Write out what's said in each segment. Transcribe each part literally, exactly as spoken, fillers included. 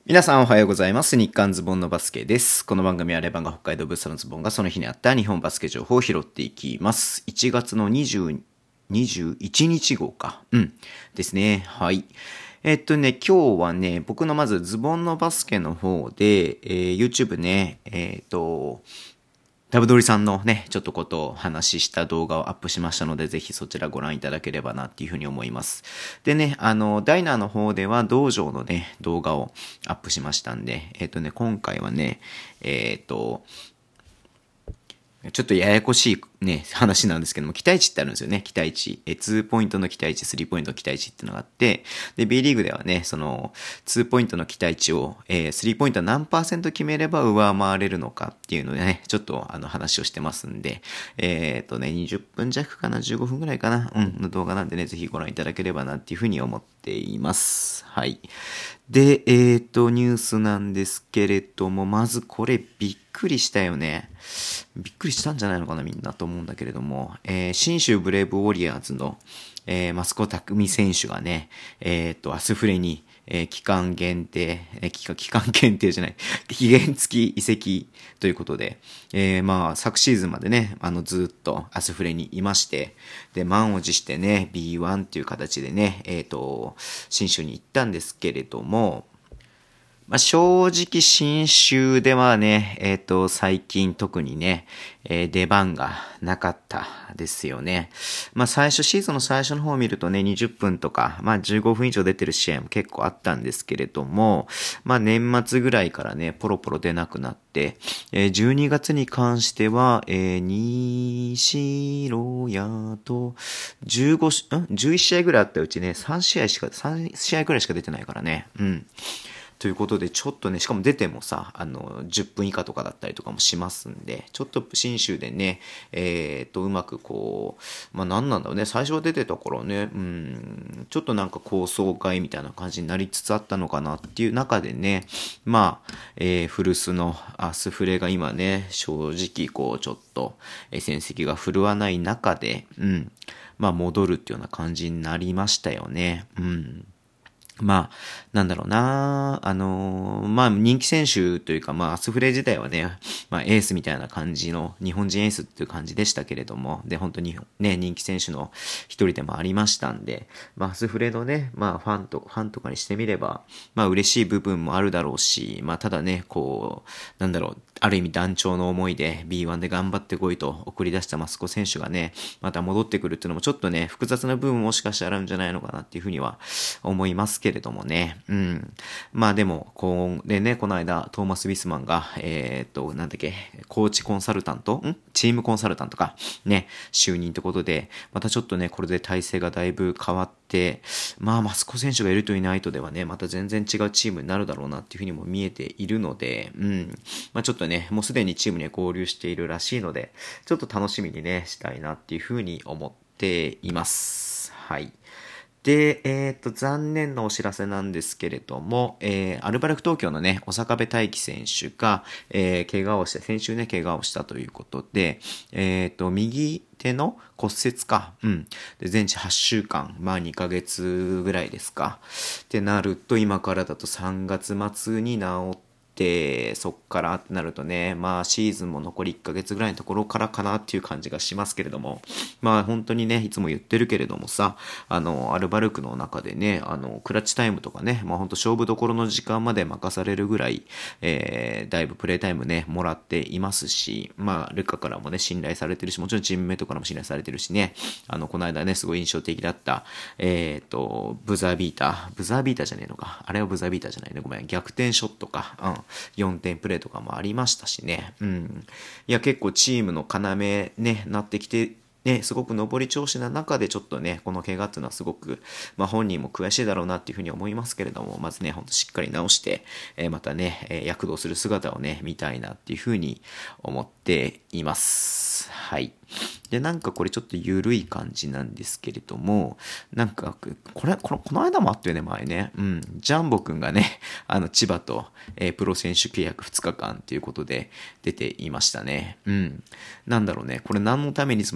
皆さんおはようございます。日刊ズボンのバスケです。この番組はレバンが北海道物産のズボンがその日にあった日本バスケ情報を拾っていきます。いちがつのにじゅう、にじゅういちにち号か。うん。ですね。はい。えっとね、今日はね、僕のまずズボンのバスケの方で、えー、YouTube ね、えっと、ダブドリさんのね、ちょっとことを話した動画をアップしましたので、ぜひそちらご覧いただければなっていうふうに思います。でね、あの、ダイナーの方では道場のね、動画をアップしましたんで、えっとね、今回はね、えっと、ちょっとややこしいね、話なんですけども、期待値ってあるんですよね、期待値。え、ツーポイントの期待値、スリーポイントの期待値っていうのがあって、で、B リーグではね、その、ツーポイントの期待値を、えー、スリーポイントは何パーセント決めれば上回れるのかっていうのでね、ちょっとあの話をしてますんで、えっとね、にじゅっぷん弱かな、じゅうごふんぐらいかな、うん、の動画なんでね、ぜひご覧いただければなっていうふうに思っています。はい。で、えっと、ニュースなんですけれども、まずこれびっくりしたよね。びっくりしたんじゃないのかなみんなと思うんだけれども、えー、新州ブレイブウォリアーズの、えー、マスコタクミ選手がね、えー、っと、アスフレに、えー、期間限定、えー、期間、期間限定じゃない、期限付き移籍ということで、えー、まあ、昨シーズンまでね、あの、ずっとアスフレにいまして、で、満を持してね、ビーワン っていう形でね、えー、っと、新州に行ったんですけれども、まあ、正直新州ではね、えっと、最近特にね、えー、出番がなかったですよね。まあ、最初、シーズンの最初の方を見るとね、にじゅっぷんとか、まあ、じゅうごふん以上出てる試合も結構あったんですけれども、まあ、年末ぐらいからね、ポロポロ出なくなって、えー、じゅうにがつに関しては、えー、西ロヤと、じゅうご、ん ?じゅういち 試合ぐらいあったうちね、さんしあいしか、さん試合ぐらいしか出てないからね。うん。ということで、ちょっとね、しかも出てもさ、あの、じゅっぷん以下とかだったりとかもしますんで、ちょっと新州でね、えー、っと、うまくこう、まあ何なんだろうね、最初は出てた頃ね、うん、ちょっとなんか構想外みたいな感じになりつつあったのかなっていう中でね、まあ、えー、古巣のアスフレが今ね、正直こう、ちょっと、えー、戦績が振るわない中で、うん、まあ戻るっていうような感じになりましたよね。うん。まあ、なんだろうなあのー、まあ人気選手というか、まあアスフレ自体はね、まあエースみたいな感じの、日本人エースっていう感じでしたけれども、で、本当にね、人気選手の一人でもありましたんで、まあアスフレのね、まあファンと、ファンとかにしてみれば、まあ嬉しい部分もあるだろうし、まあただね、こう、なんだろう、ある意味団長の思いで ビーワン で頑張ってこいと送り出したマスコ選手がね、また戻ってくるっていうのもちょっとね、複雑な部分もしかしたらあるんじゃないのかなっていうふうには思いますけれどもね。うん。まあでも、こう、でね、この間、トーマス・ウィスマンが、えー、っと、なんだっけ、コーチコンサルタントんチームコンサルタントか。ね、就任ってことで、またちょっとね、これで体制がだいぶ変わって、まあ、マスコ選手がいるといないとではね、また全然違うチームになるだろうなっていうふうにも見えているので、うん。まあちょっとね、もうすでにチームには合流しているらしいので、ちょっと楽しみにね、したいなっていうふうに思っています。はい。で、えっと、残念なお知らせなんですけれども、えー、アルバルク東京のね、小坂部大輝選手が、えー、怪我をして、先週ね、怪我をしたということで、えっと、右手の骨折か、うん。で、全治はっしゅうかん、まあにかげつぐらいですか。ってなると、今からだとさんがつ末に治って、で、そっからってなるとね、まあシーズンも残りいっかげつぐらいのところからかなっていう感じがしますけれども、まあ本当にね、いつも言ってるけれどもさ、あの、アルバルクの中でね、あの、クラッチタイムとかね、まあ本当勝負どころの時間まで任されるぐらい、えー、だいぶプレイタイムね、もらっていますし、まあルカからもね、信頼されてるし、もちろんチームメイトからも信頼されてるしね、あの、この間ね、すごい印象的だった、えっと、ブザービーター、ブザービーターじゃねえのか、あれはブザービーターじゃないね、ごめん、逆転ショットか、うん。よんてんプレーとかもありましたしね。うん。いや、結構チームの要ね、なってきて、ね、すごく上り調子な中でちょっとね、この怪我っていうのはすごく、まあ本人も悔しいだろうなっていうふうに思いますけれども、まずね、ほんとしっかり直して、えー、またね、えー、躍動する姿をね、見たいなっていうふうに思っています。はい。で、なんかこれちょっと緩い感じなんですけれども、なんか、これ、この、この間もあったよね、前ね。うん。ジャンボくんがね、あの、千葉と、えー、プロ選手契約ふつかかんっていうことで出ていましたね。うん。なんだろうね。これ何のためにいつもやるのかな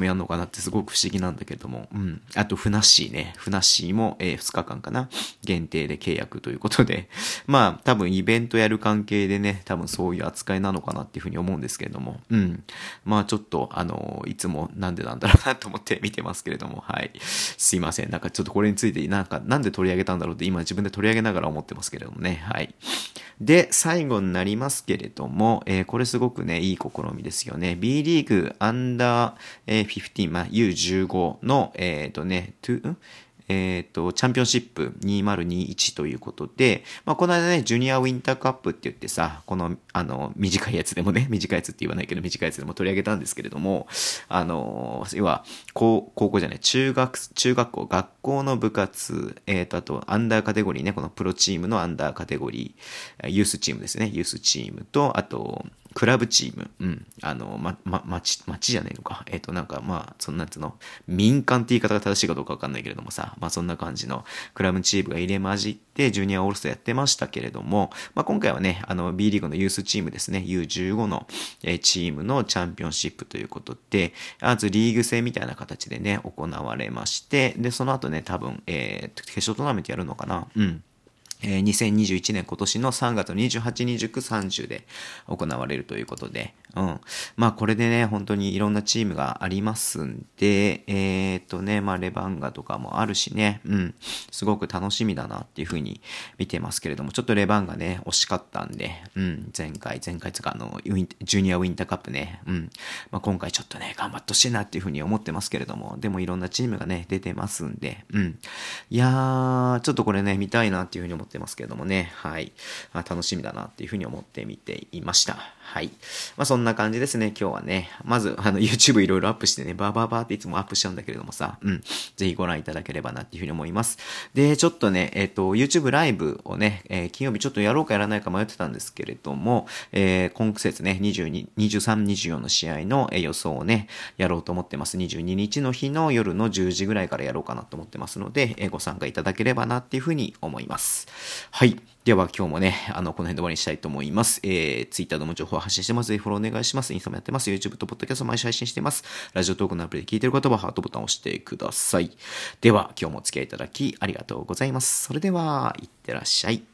なってすごく不思議なんだけれども、うん。あと、ふなっしーね。ふなっしーも、えー、ふつかかんかな。限定で契約ということで、まあ、多分イベントやる関係でね、多分そういう扱いなのかなっていうふうに思うんですけれども、うん。まあ、ちょっと、あの、いつもなんでなんだろうなと思って見てますけれども、はい。すいません。なんかちょっとこれについて、なんか、なんで取り上げたんだろうって今自分で取り上げながら思ってますけれどもね、はい。で、最後になりますけれども、えー、これすごくね、いい試みですよね。B リーグアンダー、えー、じゅうご、まあ、ユーじゅうご の、えっ、ー、とね、トゥ、んえっ、ー、と、チャンピオンシップにせんにじゅういちということで、まあ、この間ね、ジュニアウィンターカップって言ってさ、この、あの、短いやつでもね、短いやつって言わないけど、短いやつでも取り上げたんですけれども、あの、要は、高、高校じゃない、中学、中学校、学校の部活、えっ、ー、と、あと、アンダーカテゴリーね、このプロチームのアンダーカテゴリー、ユースチームですね、ユースチームと、あと、クラブチーム、うん、あの、ま、ま、町、町じゃねえのか。えっ、ー、と、なんか、まあ、そんなやつの、民間って言い方が正しいかどうかわかんないけれどもさ、まあ、そんな感じのクラブチームが入れ混じって、ジュニアオールスターやってましたけれども、まあ、今回はね、あの、B リーグのユースチームですね、ユーじゅうご の、えー、チームのチャンピオンシップということで、まずリーグ戦みたいな形でね、行われまして、で、その後ね、多分、えー、決勝トーナメントやるのかな。うん。えー、にせんにじゅういちねん今年のさんがつにじゅうはち、にじゅうく、さんじゅうで行われるということで、うん。まあこれでね、本当にいろんなチームがありますんで、えー、っとね、まあレバンガとかもあるしね、うん。すごく楽しみだなっていうふうに見てますけれども、ちょっとレバンガね、惜しかったんで、うん。前回、前回つかあの、ウィン、ジュニアウィンターカップね、うん。まあ今回ちょっとね、頑張ってほしいなっていうふうに思ってますけれども、でもいろんなチームがね、出てますんで、うん。いやー、ちょっとこれね、見たいなっていうふうに思ってますけれどもね、はい。まあ、楽しみだなっていうふうに思って見ていました。はい。まあそんな感じですね、今日はね。まず、あの、YouTube いろいろアップしてね、バーバーバーっていつもアップしちゃうんだけれどもさ、うん。ぜひご覧いただければなっていうふうに思います。で、ちょっとね、えっと、YouTube ライブをね、えー、金曜日ちょっとやろうかやらないか迷ってたんですけれども、えー、今季節ね、にじゅうに、にじゅうさん、にじゅうよんの試合の予想をね、やろうと思ってます。にじゅうににちの日の夜のじゅうじぐらいからやろうかなと思ってますので、えー、ご参加いただければなっていうふうに思います。はい。では今日もね、あの、この辺で終わりにしたいと思います。えー、Twitter でも情報を発信してます。ぜひフォローお願いします。インスタもやってます。YouTube と Podcast も毎週配信してます。ラジオトークのアプリで聞いている方はハートボタンを押してください。では、今日もお付き合いいただきありがとうございます。それでは、いってらっしゃい。